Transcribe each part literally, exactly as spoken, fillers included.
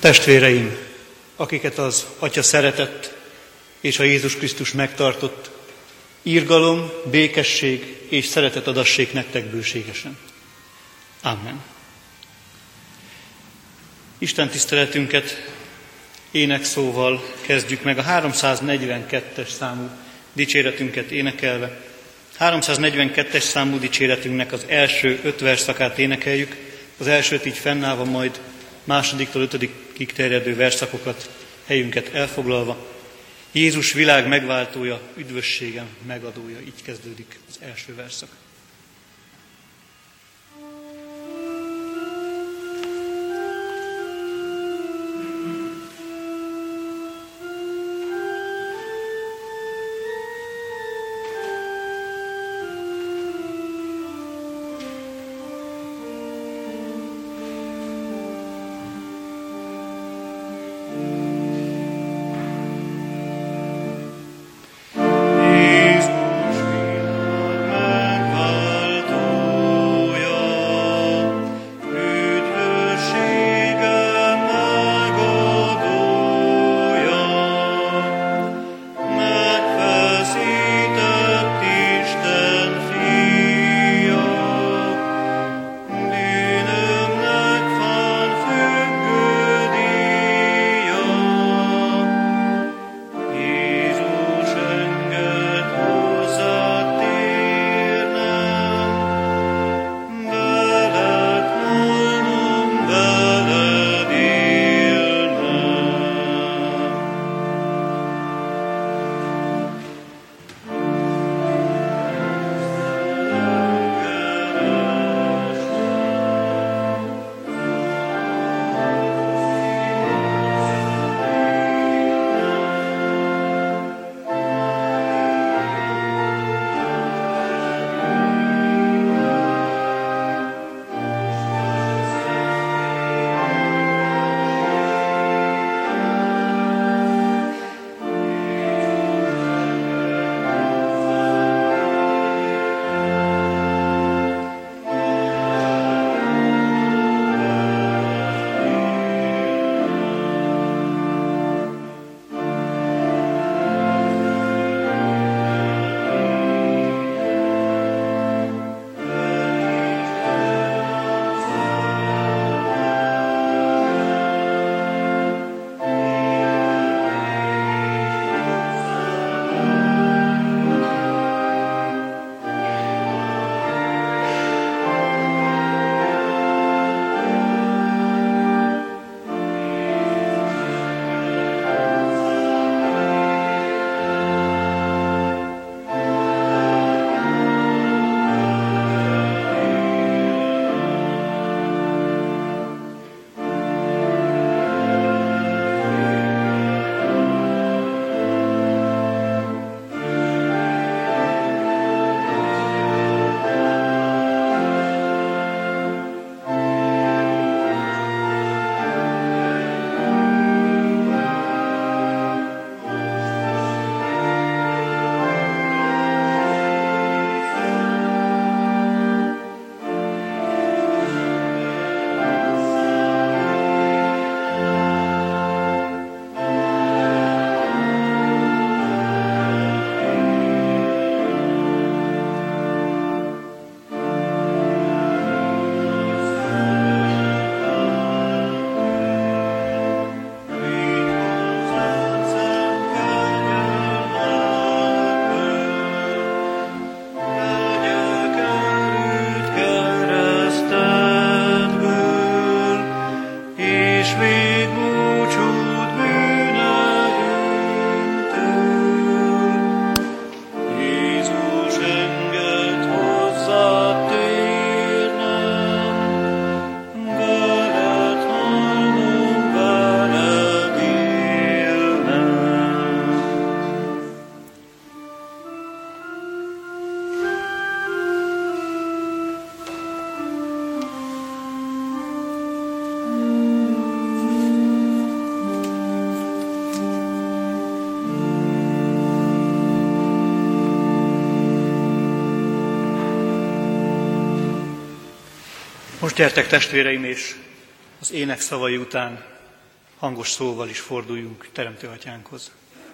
Testvéreim, akiket az Atya szeretett, és a Jézus Krisztus megtartott, irgalom, békesség és szeretet adassék nektek bőségesen. Amen. Isten tiszteletünket énekszóval kezdjük meg, a háromszáznegyvenkettes számú dicséretünket énekelve. háromszáznegyvenkettes számú dicséretünknek az első öt versszakát énekeljük, az elsőt így fennállva, majd másodiktól ötödikig terjedő verszakokat, helyünket elfoglalva. Jézus világ megváltója, üdvösségem megadója, így kezdődik az első verszak. Most gyertek, testvéreim, és az ének szavai után hangos szóval is forduljunk Teremtő Atyánkhoz.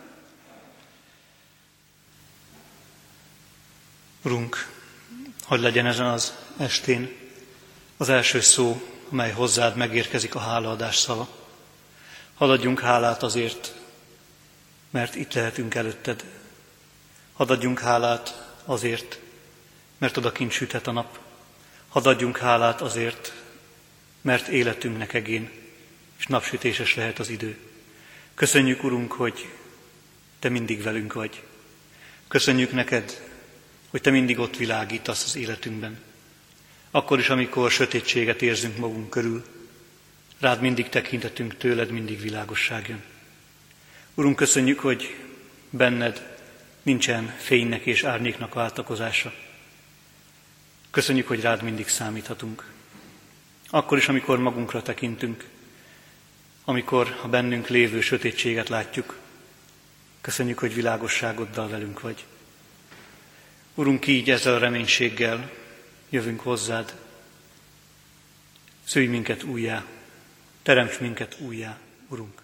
Urunk, hadd legyen ezen az estén az első szó, amely hozzád megérkezik, a hálaadás szava. Hadd adjunk hálát azért, mert itt lehetünk előtted. Hadd adjunk hálát azért, mert odakint süthet a nap. Hadd adjunk hálát azért, mert életünknek egén, és napsütéses lehet az idő. Köszönjük, Urunk, hogy Te mindig velünk vagy. Köszönjük neked, hogy Te mindig ott világítasz az életünkben. Akkor is, amikor sötétséget érzünk magunk körül, rád mindig tekintetünk, tőled mindig világosság jön. Urunk, köszönjük, hogy benned nincsen fénynek és árnyéknak váltakozása. Köszönjük, hogy rád mindig számíthatunk. Akkor is, amikor magunkra tekintünk, amikor a bennünk lévő sötétséget látjuk, köszönjük, hogy világosságoddal velünk vagy. Urunk, így ezzel a reménységgel jövünk hozzád. Szülj minket újjá, teremts minket újjá, Urunk.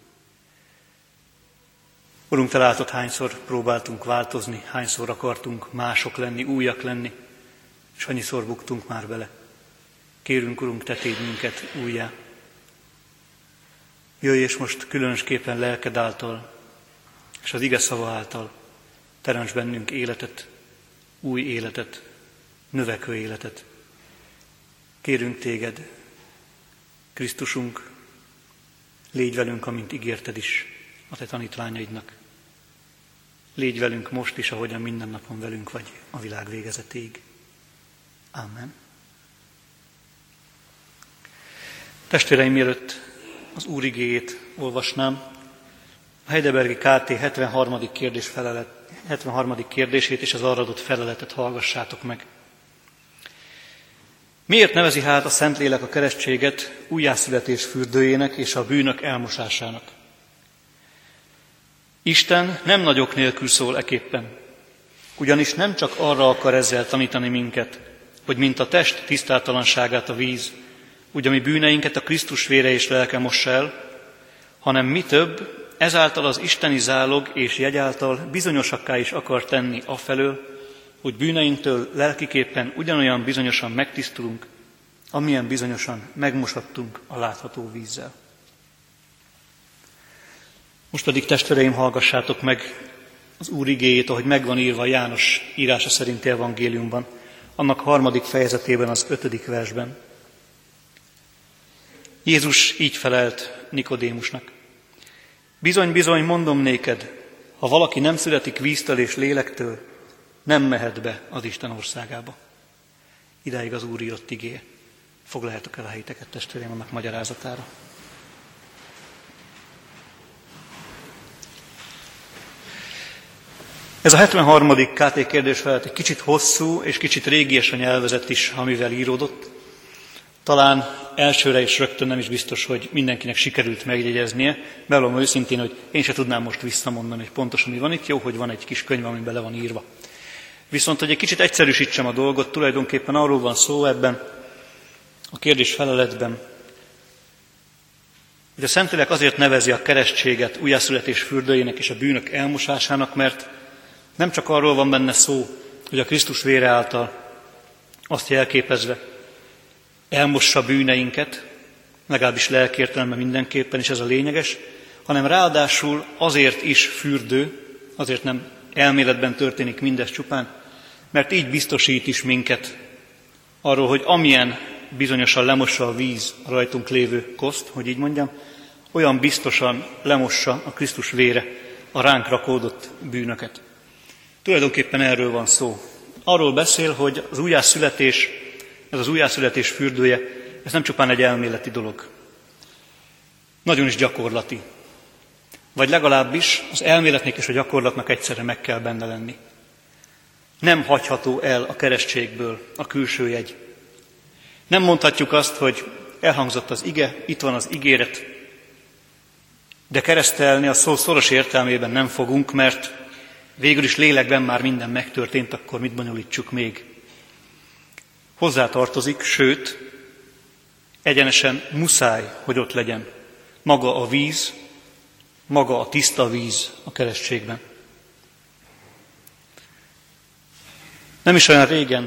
Urunk, Te látod, hányszor próbáltunk változni, hányszor akartunk mások lenni, újak lenni, és annyiszor buktunk már bele. Kérünk, Urunk, Te tégy minket újjá. Jöjj, és most különösképpen lelked által, és az ige szava által teremts bennünk életet, új életet, növekvő életet. Kérünk Téged, Krisztusunk, légy velünk, amint ígérted is a Te tanítványaidnak. Légy velünk most is, ahogyan minden napon velünk vagy a világ végezetéig. Amen. Testvéreim, mielőtt az Úr igéjét olvasnám, a Heidelbergi ká té hetvenharmadik kérdés felelet, hetvenharmadik kérdését és az arra adott feleletet hallgassátok meg. Miért nevezi hát a Szentlélek a keresztséget újjászületés fürdőjének és a bűnök elmosásának? Isten nem nagyok nélkül szól eképpen, ugyanis nem csak arra akar ezzel tanítani minket, hogy mint a test tisztátalanságát a víz, úgy a mi bűneinket a Krisztus vére és lelke mossa el, hanem mi több, ezáltal az isteni zálog és jegy által bizonyosakká is akar tenni afelől, hogy bűneinktől lelkiképpen ugyanolyan bizonyosan megtisztulunk, amilyen bizonyosan megmosattunk a látható vízzel. Most pedig, testvéreim, hallgassátok meg az Úr igéjét, ahogy megvan írva a János írása szerinti evangéliumban, annak harmadik fejezetében, az ötödik versben. Jézus így felelt Nikodémusnak. Bizony, bizony, mondom néked, ha valaki nem születik víztől és lélektől, nem mehet be az Isten országába. Idáig az Úr írott igéje. Foglaljátok el a helyiteket, testvéreim, annak magyarázatára. Ez a hetvenharmadik ká té kérdés felett egy kicsit hosszú és kicsit régies a nyelvezet is, amivel íródott. Talán elsőre és rögtön nem is biztos, hogy mindenkinek sikerült megjegyeznie. Bevallom őszintén, hogy én se tudnám most visszamondani, hogy pontosan mi van itt. Jó, hogy van egy kis könyv, ami bele van írva. Viszont, hogy egy kicsit egyszerűsítsem a dolgot, tulajdonképpen arról van szó ebben a kérdés feleletben, hogy a Szentlélek azért nevezi a keresztséget újjászületés fürdőjének és a bűnök elmosásának, mert nem csak arról van benne szó, hogy a Krisztus vére által azt jelképezve elmossa bűneinket, legalábbis lelkiértelemben mindenképpen, és ez a lényeges, hanem ráadásul azért is fürdő, azért nem elméletben történik mindez csupán, mert így biztosít is minket arról, hogy amilyen bizonyosan lemossa a víz a rajtunk lévő koszt, hogy így mondjam, olyan biztosan lemossa a Krisztus vére a ránk rakódott bűnöket. Tulajdonképpen erről van szó. Arról beszél, hogy az újjászületés, ez az újjászületés fürdője, ez nem csupán egy elméleti dolog. Nagyon is gyakorlati. Vagy legalábbis az elméletnek és a gyakorlatnak egyszerre meg kell benne lenni. Nem hagyható el a keresztségből a külső jegy. Nem mondhatjuk azt, hogy elhangzott az ige, itt van az ígéret, de keresztelni a szó szoros értelmében nem fogunk, mert végül is lélekben már minden megtörtént, akkor mit bonyolítsuk még? Hozzátartozik, sőt, egyenesen muszáj, hogy ott legyen maga a víz, maga a tiszta víz a keresztségben. Nem is olyan régen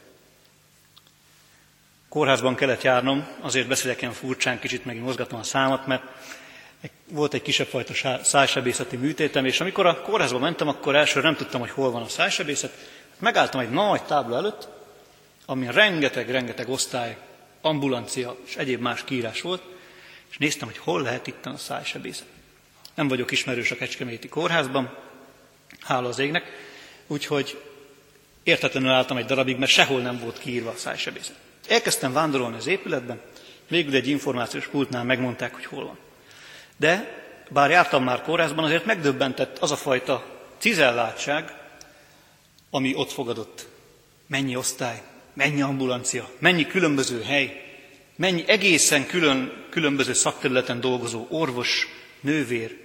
kórházban kellett járnom, azért beszélek ilyen furcsán, kicsit megint mozgatom a számat, mert volt egy kisebb fajta szájsebészeti műtétem, és amikor a kórházba mentem, akkor elsőre nem tudtam, hogy hol van a szájsebészet. Megálltam egy nagy tábla előtt, amin rengeteg-rengeteg osztály, ambulancia és egyéb más kiírás volt, és néztem, hogy hol lehet itten a szájsebészet. Nem vagyok ismerős a Kecskeméti kórházban, hála az égnek, úgyhogy értetlenül álltam egy darabig, mert sehol nem volt kiírva a szájsebészet. Elkezdtem vándorolni az épületben, végül egy információs pultnál megmondták, hogy hol van. De bár jártam már kórházban, azért megdöbbentett az a fajta cizelláltság, ami ott fogadott. Mennyi osztály, mennyi ambulancia, mennyi különböző hely, mennyi egészen külön, különböző szakterületen dolgozó orvos, nővér.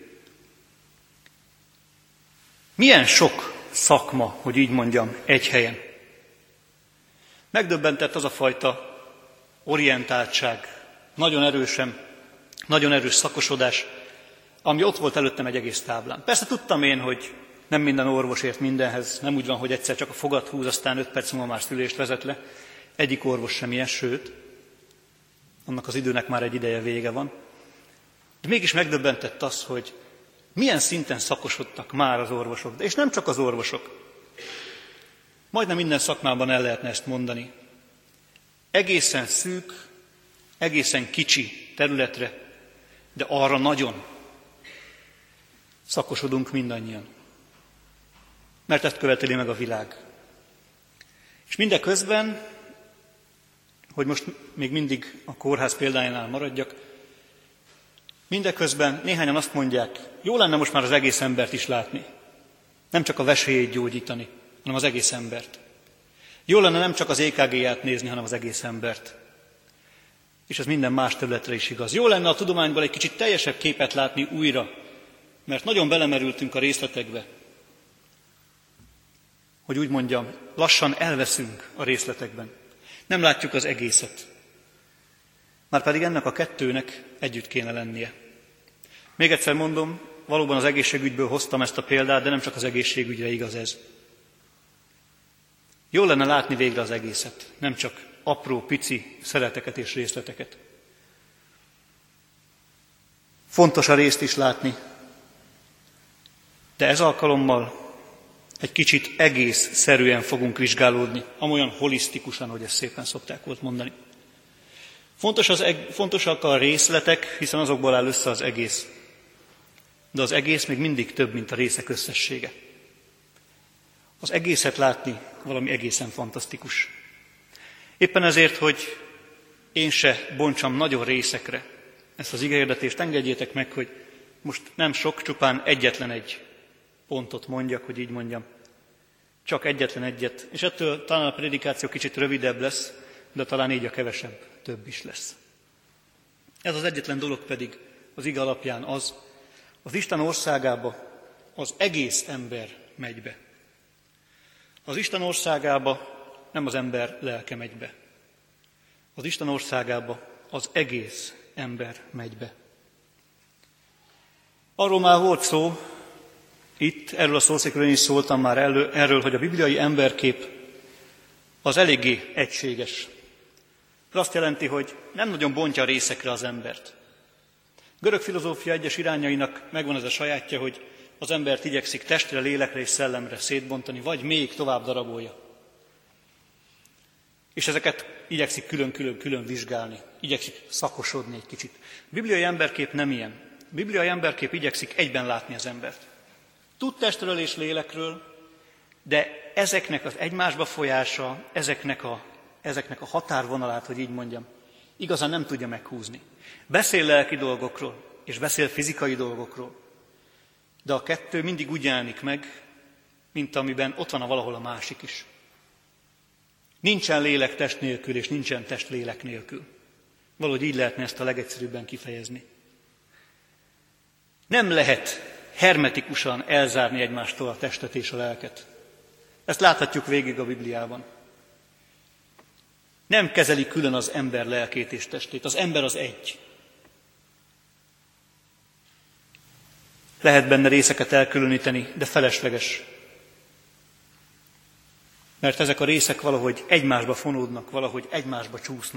Milyen sok szakma, hogy így mondjam, egy helyen. Megdöbbentett az a fajta orientáltság, nagyon erősen, nagyon erős szakosodás, ami ott volt előttem egy egész táblán. Persze tudtam én, hogy nem minden orvos ért mindenhez, nem úgy van, hogy egyszer csak a fogat húz, aztán öt perc múlva már szülést vezet le. Egyik orvos sem ilyen, sőt, annak az időnek már egy ideje vége van. De mégis megdöbbentett az, hogy milyen szinten szakosodtak már az orvosok, de és nem csak az orvosok. Majdnem minden szakmában el lehetne ezt mondani. Egészen szűk, egészen kicsi területre, de arra nagyon szakosodunk mindannyian. Mert ezt követeli meg a világ. És mindeközben, hogy most még mindig a kórház példájánál maradjak, mindeközben néhányan azt mondják, jó lenne most már az egész embert is látni. Nem csak a vesélyét gyógyítani, hanem az egész embert. Jó lenne nem csak az é ká gé-ját nézni, hanem az egész embert. És ez minden más területre is igaz. Jó lenne a tudományból egy kicsit teljesebb képet látni újra, mert nagyon belemerültünk a részletekbe. Hogy úgy mondjam, lassan elveszünk a részletekben. Nem látjuk az egészet. Márpedig ennek a kettőnek együtt kéne lennie. Még egyszer mondom, valóban az egészségügyből hoztam ezt a példát, de nem csak az egészségügyre igaz ez. Jó lenne látni végre az egészet, nem csak apró, pici szeleteket és részleteket. Fontos a részt is látni, de ez alkalommal egy kicsit egészszerűen fogunk vizsgálódni, amolyan holisztikusan, hogy ezt szépen szokták volt mondani. Fontos az eg- fontosak a részletek, hiszen azokból áll össze az egész. De az egész még mindig több, mint a részek összessége. Az egészet látni valami egészen fantasztikus. Éppen ezért, hogy én se bontsam nagyon részekre ezt az igehirdetést, engedjétek meg, hogy most nem sok, csupán egyetlen egy pontot mondjak, hogy így mondjam. Csak egyetlen egyet, és ettől talán a prédikáció kicsit rövidebb lesz, de talán így a kevesebb több is lesz. Ez az egyetlen dolog pedig az ige alapján az, az Isten országába az egész ember megy be. Az Isten országába nem az ember lelke megy be. Az Isten országába az egész ember megy be. Arról már volt szó, itt erről a szószékről én is szóltam már elő, erről, hogy a bibliai emberkép az eléggé egységes. Ez azt jelenti, hogy nem nagyon bontja részekre az embert. Görög filozófia egyes irányainak megvan ez a sajátja, hogy az embert igyekszik testre, lélekre és szellemre szétbontani, vagy még tovább darabolja. És ezeket igyekszik külön-külön-külön vizsgálni, igyekszik szakosodni egy kicsit. A bibliai emberkép nem ilyen. A bibliai emberkép igyekszik egyben látni az embert. Tud testről és lélekről, de ezeknek az egymásba folyása, ezeknek a, ezeknek a határvonalát, hogy így mondjam, igazán nem tudja meghúzni. Beszél lelki dolgokról, és beszél fizikai dolgokról, de a kettő mindig úgy jelenik meg, mint amiben ott van a valahol a másik is. Nincsen lélek test nélkül, és nincsen test lélek nélkül. Valahogy így lehetne ezt a legegyszerűbben kifejezni. Nem lehet hermetikusan elzárni egymástól a testet és a lelket. Ezt láthatjuk végig a Bibliában. Nem kezeli külön az ember lelkét és testét. Az ember az egy. Lehet benne részeket elkülöníteni, de felesleges. Mert ezek a részek valahogy egymásba fonódnak, valahogy egymásba csúsznak.